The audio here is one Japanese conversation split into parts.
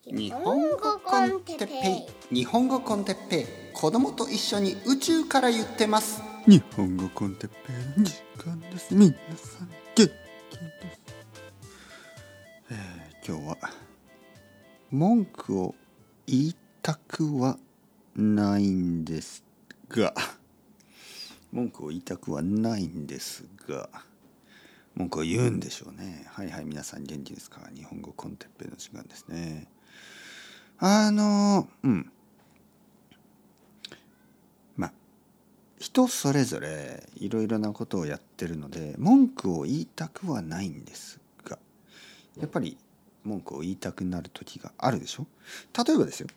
日本語コンテッペイ、日本語コンテッペイ、子供と一緒に宇宙から言ってます。 日本語コンテッペイの時間です。皆さん元気です。今日は文句を言いたくはないんですが文句を言いたくはないんですが文句を言うんでしょうね。はいはい、皆さん元気ですか。日本語コンテッペイの時間ですね。人それぞれいろいろなことをやってるので文句を言いたくはないんですが、やっぱり文句を言いたくなる時があるでしょ。例えばですよ、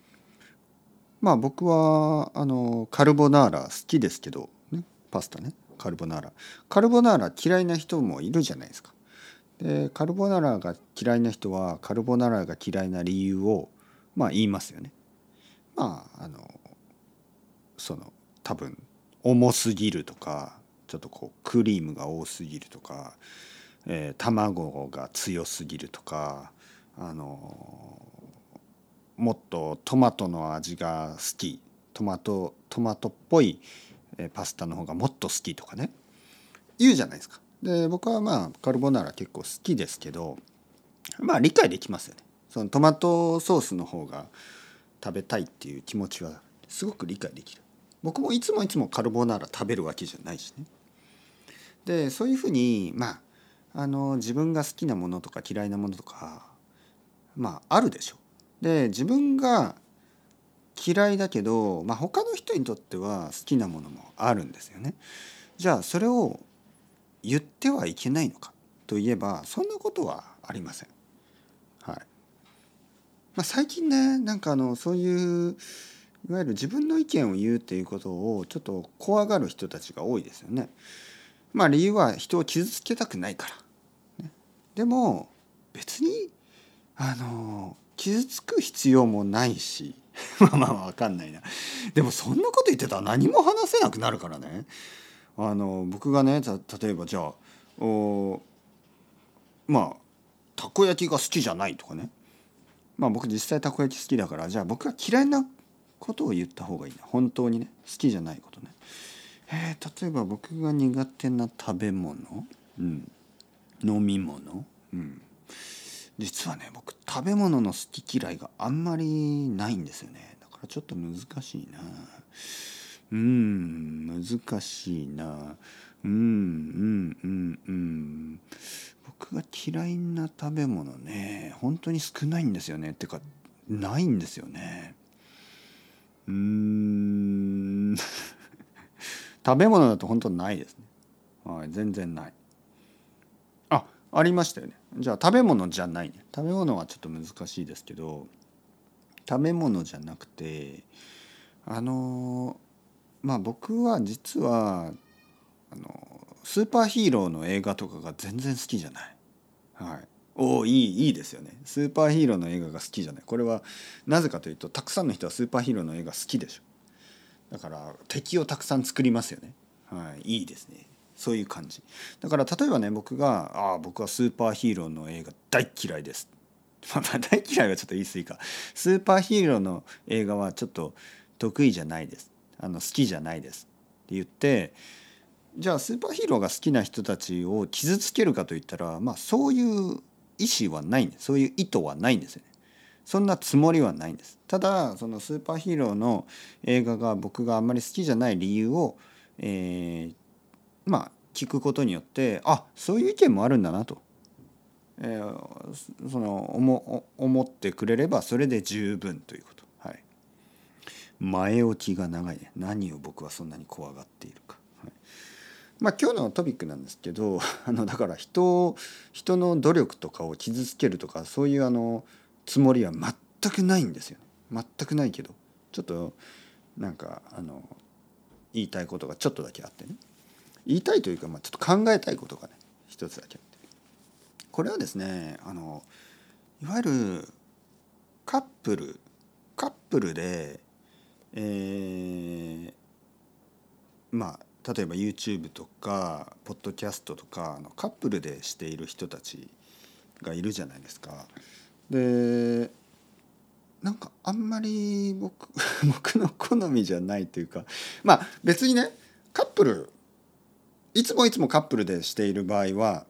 僕はカルボナーラ好きですけど、ね、パスタね、カルボナーラ嫌いな人もいるじゃないですか。でカルボナーラが嫌いな人はカルボナーラが嫌いな理由を言いますよね。多分重すぎるとか、ちょっとクリームが多すぎるとか、卵が強すぎるとか、もっとトマトの味が好き、トマトっぽいパスタの方がもっと好きとかね、言うじゃないですか。で僕はカルボナーラ結構好きですけど、理解できますよね。そのトマトソースの方が食べたいっていう気持ちはすごく理解できる。僕もいつもカルボナーラ食べるわけじゃないしね。でそういうふうに自分が好きなものとか嫌いなものとかあるでしょ。で自分が嫌いだけど、他の人にとっては好きなものもあるんですよね。じゃあそれを言ってはいけないのかといえば、そんなことはありません。はい。最近ね、そういういわゆる自分の意見を言うっていうことをちょっと怖がる人たちが多いですよね。理由は人を傷つけたくないから、ね。でも別に傷つく必要もないしわかんないな。でもそんなこと言ってたら何も話せなくなるからね。僕がね、例えばじゃあたこ焼きが好きじゃないとかね。僕実際たこ焼き好きだから、じゃあ僕が嫌いなことを言った方がいいな。本当にね、好きじゃないことね。例えば僕が苦手な食べ物、飲み物、実はね、僕食べ物の好き嫌いがあんまりないんですよね。だからちょっと難しいな。難しいな。僕が嫌いな食べ物ね、本当に少ないんですよね。ってかないんですよね。食べ物だと本当にないですね。はい、全然ない。ありましたよね。じゃあ食べ物じゃないね。食べ物はちょっと難しいですけど、食べ物じゃなくて僕は実はスーパーヒーローの映画とかが全然好きじゃない。はい。いいですよね。スーパーヒーローの映画が好きじゃない。これはなぜかというと、たくさんの人はスーパーヒーローの映画好きでしょ。だから敵をたくさん作りますよね。はい、いいですね。そういう感じ。だから例えばね、僕はスーパーヒーローの映画大嫌いです。大嫌いはちょっと言い過ぎか。スーパーヒーローの映画はちょっと得意じゃないです。好きじゃないですって言って、じゃあスーパーヒーローが好きな人たちを傷つけるかといったら、そういう意思はないんです。そういう意図はないんですよね。そんなつもりはないんです。ただそのスーパーヒーローの映画が僕があんまり好きじゃない理由を、聞くことによって、そういう意見もあるんだなと、思ってくれればそれで十分ということ。はい。前置きが長いね。何を僕はそんなに怖がっているか。はい。今日のトピックなんですけどだから人の努力とかを傷つけるとか、そういうつもりは全くないんですよ。全くないけど、ちょっと言いたいことがちょっとだけあってね。言いたいというか、ちょっと考えたいことがね、一つだけあって、これはですね、いわゆるカップルで、例えば YouTube とかポッドキャストとかカップルでしている人たちがいるじゃないですか。でなんかあんまり僕の好みじゃないというか、まあ別にね、カップルいつもカップルでしている場合は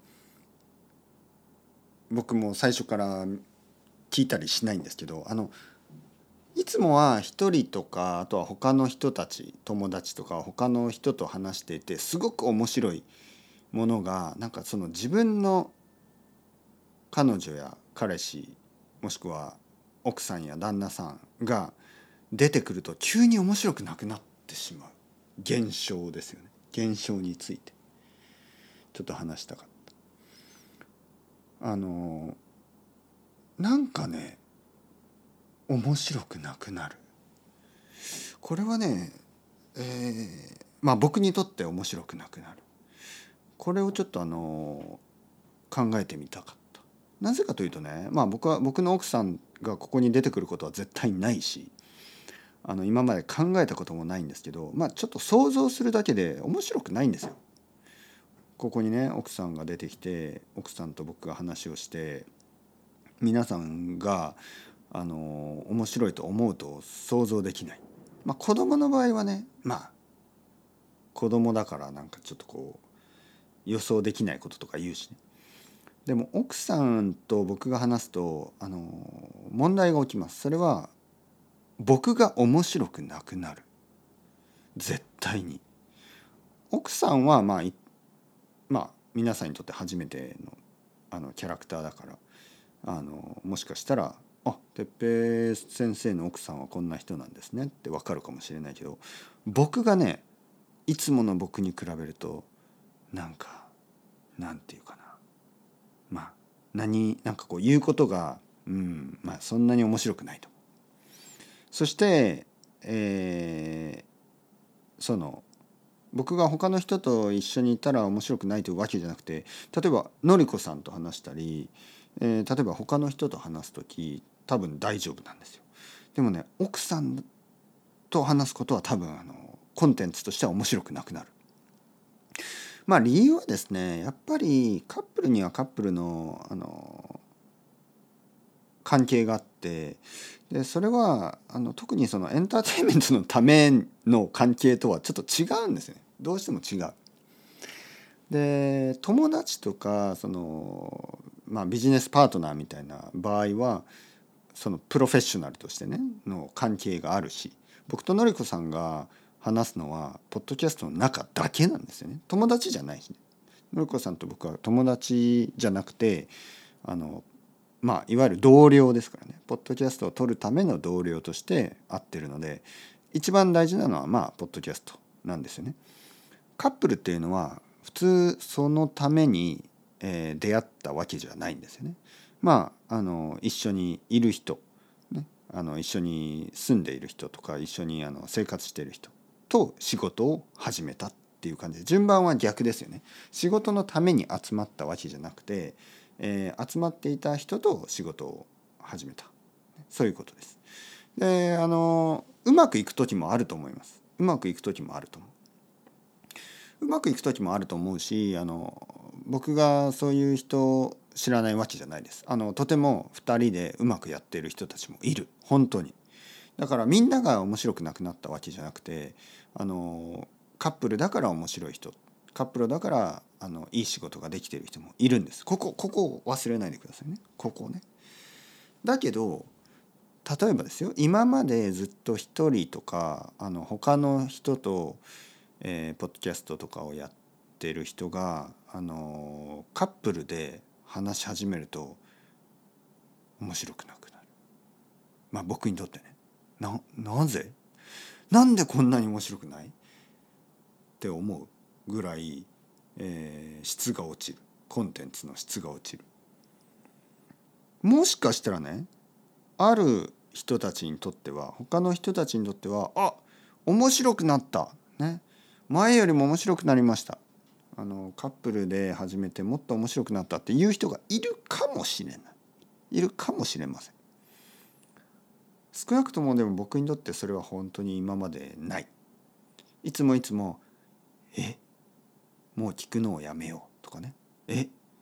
僕も最初から聞いたりしないんですけど、いつもは一人とか、あとは他の人たち、友達とか他の人と話していてすごく面白いものが、なんかその自分の彼女や彼氏、もしくは奥さんや旦那さんが出てくると急に面白くなくなってしまう現象ですよね。現象についてちょっと話したかった。なんかね、面白くなくなる。これはね、まあ僕にとって面白くなくなる。これをちょっと考えてみたかった。なぜかというとね、まあ僕の奥さんがここに出てくることは絶対ないし、今まで考えたこともないんですけど、まあちょっと想像するだけで面白くないんですよ。ここにね、奥さんが出てきて、奥さんと僕が話をして、皆さんが面白いと思うと想像できない。まあ子供の場合はね、まあ子供だからなんかちょっとこう予想できないこととか言うしね。でも奥さんと僕が話すと問題が起きます。それは僕が面白くなくなる。絶対に。奥さんはまあ皆さんにとって初めてのキャラクターだからもしかしたら哲平先生の奥さんはこんな人なんですねって分かるかもしれないけど、僕がねいつもの僕に比べるとなんかなんていうかな、まあなんかこう言うことがまあそんなに面白くないと。そして、その僕が他の人と一緒にいたら面白くないというわけじゃなくて、例えばのりこさんと話したり、例えば他の人と話す時多分大丈夫なんですよ。でもね、奥さんと話すことは多分コンテンツとしては面白くなくなる。まあ理由はですね、やっぱりカップルにはカップルの関係があって、でそれは特にそのエンターテインメントのための関係とはちょっと違うんですよね。どうしても違う。で友達とかビジネスパートナーみたいな場合はそのプロフェッショナルとしてねの関係があるし、僕とのりこさんが話すのはポッドキャストの中だけなんですよね。友達じゃないしね。のりこさんと僕は友達じゃなくていわゆる同僚ですからね。ポッドキャストを撮るための同僚として会ってるので、一番大事なのはポッドキャストなんですよね。カップルっていうのは普通そのために、出会ったわけじゃないんですよね。一緒にいる人、ね、一緒に住んでいる人とか一緒に生活している人と仕事を始めたっていう感じで、順番は逆ですよね。仕事のために集まったわけじゃなくて、集まっていた人と仕事を始めた、そういうことです。でうまくいく時もあると思います。うまくいく時もあると思う。うまくいく時もあると思うし、僕がそういう人を知らないわけじゃないです。とても2人でうまくやっている人たちもいる、本当に。だからみんなが面白くなくなったわけじゃなくて、カップルだから面白い人、カップルだからいい仕事ができている人もいるんです。ここを忘れないでくださいね。ここをね。だけど例えばですよ、今までずっと一人とか他の人とポッドキャストとかをやってる人がカップルで話し始めると面白くなくなる。僕にとってね。なぜなんでこんなに面白くないって思うぐらい、質が落ちる。コンテンツの質が落ちる。もしかしたらね、ある人たちにとっては、他の人たちにとっては面白くなったね、前よりも面白くなりました、カップルで始めてもっと面白くなったっていう人がいるかもしれない。いるかもしれません。少なくともでも僕にとってそれは本当に今までない。いつももう聞くのをやめようとかね、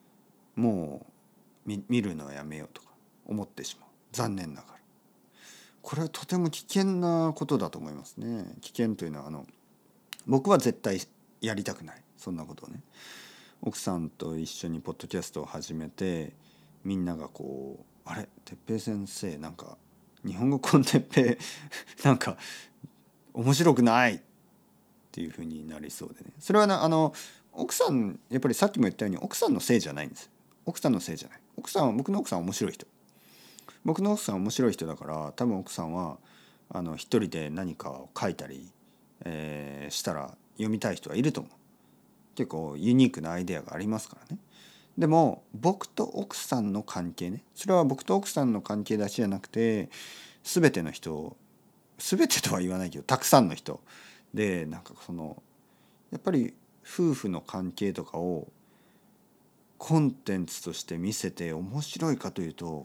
もう見るのをやめようとか思ってしまう。残念ながら。 これはとても危険なことだと思いますね。危険というのは僕は絶対やりたくない、そんなことをね。奥さんと一緒にポッドキャストを始めて、みんながこうあれ哲平先生なんか日本語コンテッペイなんか面白くないっていう風になりそうでね。それは奥さんやっぱりさっきも言ったように奥さんのせいじゃないんです。奥さんのせいじゃない。僕の奥さんは面白い人。僕の奥さんは面白い人だから、多分奥さんは一人で何かを書いたり、したら読みたい人はいると思う。結構ユニークなアイデアがありますからね。でも僕と奥さんの関係ね、それは僕と奥さんの関係だけじゃなくて、全ての人、全てとは言わないけどたくさんの人で、なんかやっぱり夫婦の関係とかをコンテンツとして見せて面白いかというと、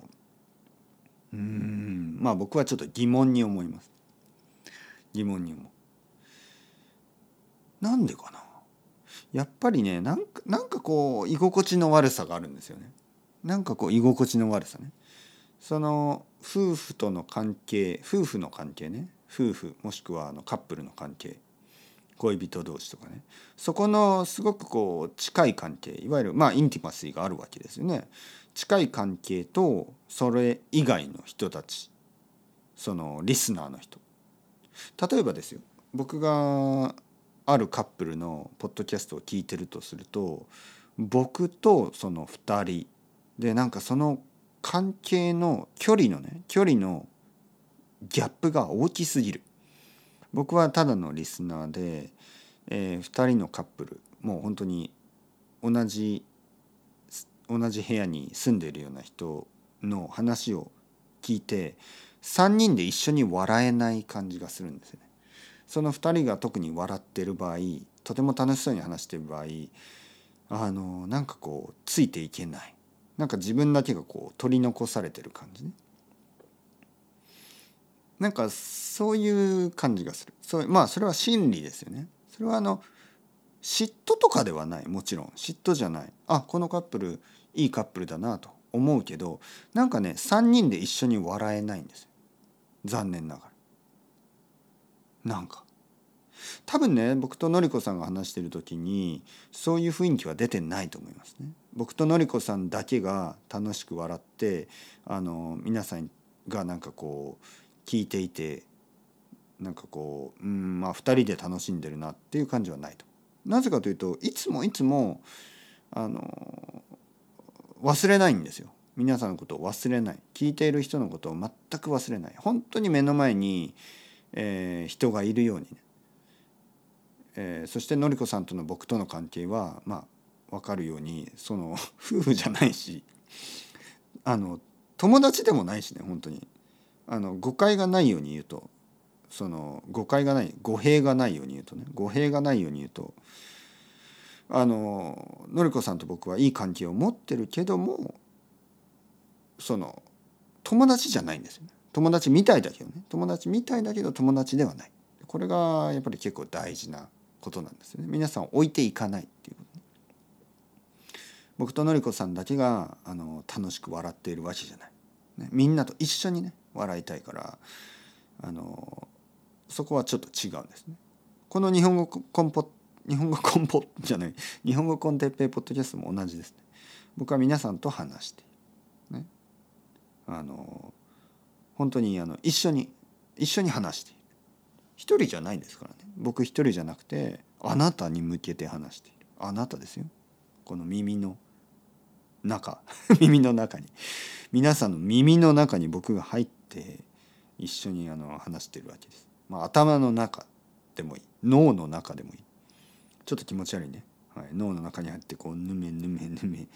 まあ僕はちょっと疑問に思います。疑問に思う。なんでかな。やっぱりね、なんかこう居心地の悪さがあるんですよね。なんかこう居心地の悪さね。夫婦との関係、夫婦の関係ね、夫婦もしくはカップルの関係、恋人同士とかね、そこのすごくこう近い関係、いわゆるインティマシーがあるわけですよね。近い関係とそれ以外の人たち、リスナーの人、例えばですよ、僕があるカップルのポッドキャストを聞いてるとすると、僕とその2人でなんかその関係の距離のギャップが大きすぎる。僕はただのリスナーで、2人のカップル、もう本当に同じ部屋に住んでいるような人の話を聞いて、3人で一緒に笑えない感じがするんですよね。その2人が特に笑ってる場合、とても楽しそうに話してる場合、なんかこうついていけない、なんか自分だけがこう取り残されてる感じね。なんかそういう感じがする。それは心理ですよね。それは嫉妬とかではない。もちろん嫉妬じゃない。このカップルいいカップルだなと思うけど、なんかね3人で一緒に笑えないんですよ。残念ながら。なんか多分ね、僕とのりこさんが話してる時にそういう雰囲気は出てないと思いますね。僕とのりこさんだけが楽しく笑って、皆さんがなんかこう聞いていて、なんかこう2人で楽しんでるなっていう感じはないと。なぜかというと、いつも忘れないんですよ。皆さんのことを忘れない。聞いている人のことを全く忘れない。本当に目の前に、人がいるようにね。そしてのりこさんとの僕との関係は分かるように夫婦じゃないし、友達でもないしね。本当に誤解がないように言うと、語弊がないように言うとのりこさんと僕はいい関係を持ってるけども、友達じゃないんですよね。友達みたいだけど友達ではない。これがやっぱり結構大事なことなんですよね。皆さんを置いていかないっていうことね。僕とのりこさんだけが楽しく笑っているわけじゃない、ね、みんなと一緒にね笑いたいから、そこはちょっと違うんですね。この日本語コンテッペイポッドキャストも同じですね。僕は皆さんと話してね、本当に一緒に話している。一人じゃないですからね。僕一人じゃなくて、あなたに向けて話している。あなたですよ。この耳の中皆さんの耳の中に僕が入って一緒に話しているわけです。頭の中でもいい、脳の中でもいい。ちょっと気持ち悪いね、はい、脳の中に入ってこうぬめニュ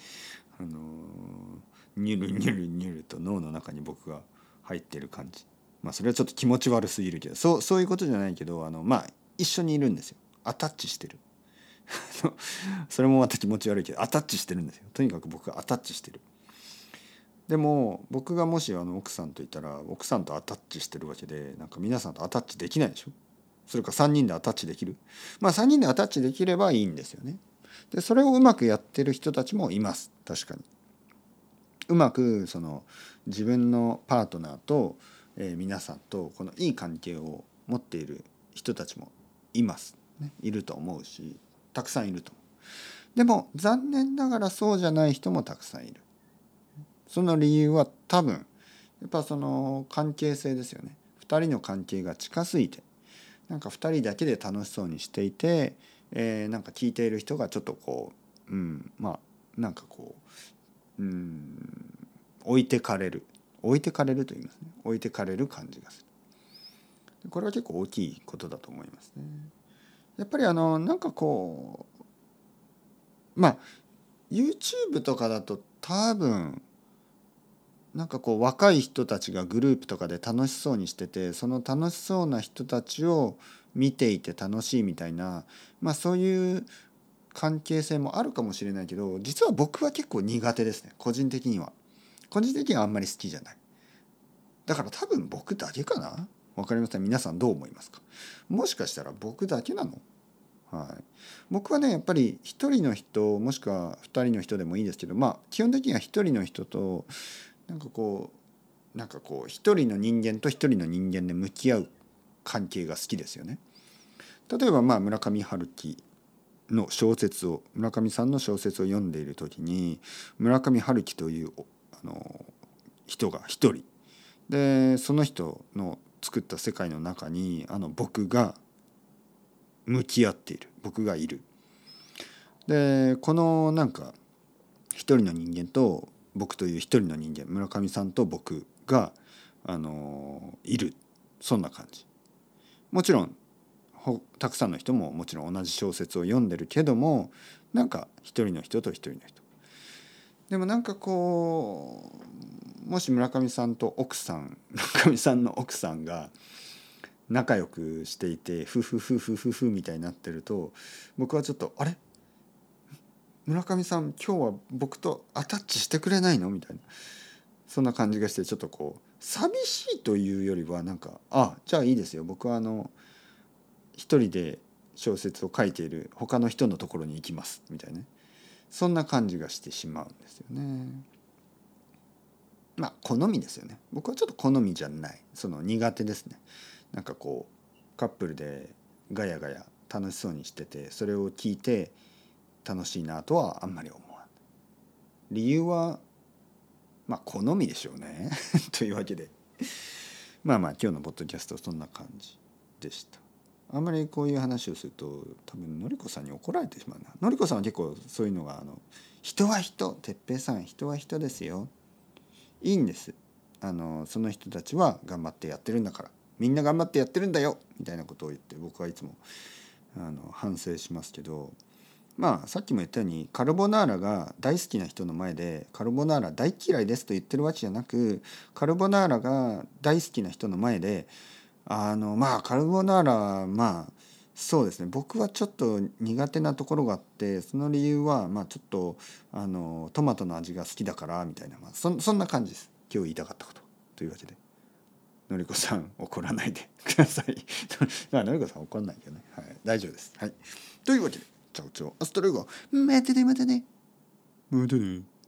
ルニュルニュルと脳の中に僕が入ってる感じ。それはちょっと気持ち悪すぎるけど、そういうことじゃないけど、一緒にいるんですよ。アタッチしてるそれもまた気持ち悪いけど、アタッチしてるんですよ。とにかく僕がアタッチしてる。でも僕がもし奥さんといたら、奥さんとアタッチしてるわけで、なんか皆さんとアタッチできないでしょ。それか3人でアタッチできる。3人でアタッチできればいいんですよね。でそれをうまくやってる人たちもいます。確かにうまく自分のパートナーと皆さんとこのいい関係を持っている人たちもいます、ね、いると思うし、たくさんいると思う。でも残念ながらそうじゃない人もたくさんいる。その理由は多分やっぱその関係性ですよね。2人の関係が近すぎて、なんか2人だけで楽しそうにしていて、なんか聞いている人がちょっとこう、まあなんかこう、置いてかれると言いますね。置いてかれる感じがする。これは結構大きいことだと思いますね。やっぱりなんかこうYouTube とかだと多分なんかこう若い人たちがグループとかで楽しそうにしてて、その楽しそうな人たちを見ていて楽しいみたいな、そういう関係性もあるかもしれないけど、実は僕は結構苦手ですね。個人的にはあんまり好きじゃない。だから多分僕だけかな。わかりません。皆さんどう思いますか。もしかしたら僕だけなの。僕はねやっぱり一人の人もしくは二人の人でもいいですけど、基本的には一人の人となんかこう一人の人間と一人の人間で向き合う関係が好きですよね。例えば村上春樹の小説を村上さんの小説を読んでいる時に、村上春樹という人が一人で、その人の作った世界の中に僕が向き合っている、僕がいる。でこのなんか一人の人間と僕という一人の人間、村上さんと僕がいる、そんな感じ。もちろんたくさんの人ももちろん同じ小説を読んでるけども、なんか一人の人と一人の人でもなんかこう、もし村上さんの奥さんが仲良くしていてフフフフフフみたいになってると、僕はちょっとあれ村上さん今日は僕とアタッチしてくれないのみたいな、そんな感じがして、ちょっとこう寂しいというよりはなんかじゃあいいですよ、僕は一人で小説を書いている他の人のところに行きますみたいな、そんな感じがしてしまうんですよね。好みですよね。僕はちょっと好みじゃない、その苦手ですね。なんかこうカップルでガヤガヤ楽しそうにしてて、それを聞いて楽しいなとはあんまり思わない。理由は好みでしょうねというわけで今日のポッドキャストはそんな感じでした。あんまりこういう話をすると多分のりこさんに怒られてしまうな。のりこさんは結構そういうのが人は人、哲平さん人は人ですよ、いいんです。その人たちは頑張ってやってるんだから、みんな頑張ってやってるんだよみたいなことを言って、僕はいつも反省しますけど、さっきも言ったようにカルボナーラが大好きな人の前でカルボナーラ大嫌いですと言ってるわけじゃなく、カルボナーラが大好きな人の前でカルボナーラそうですね、僕はちょっと苦手なところがあって、その理由はちょっとトマトの味が好きだからみたいな、そんな感じです。今日言いたかったことというわけで、のりこさん怒らないでくださいのりこさん怒らないけどね、大丈夫です。というわけでチャオチャオアストレゴ、またねまたねまたね。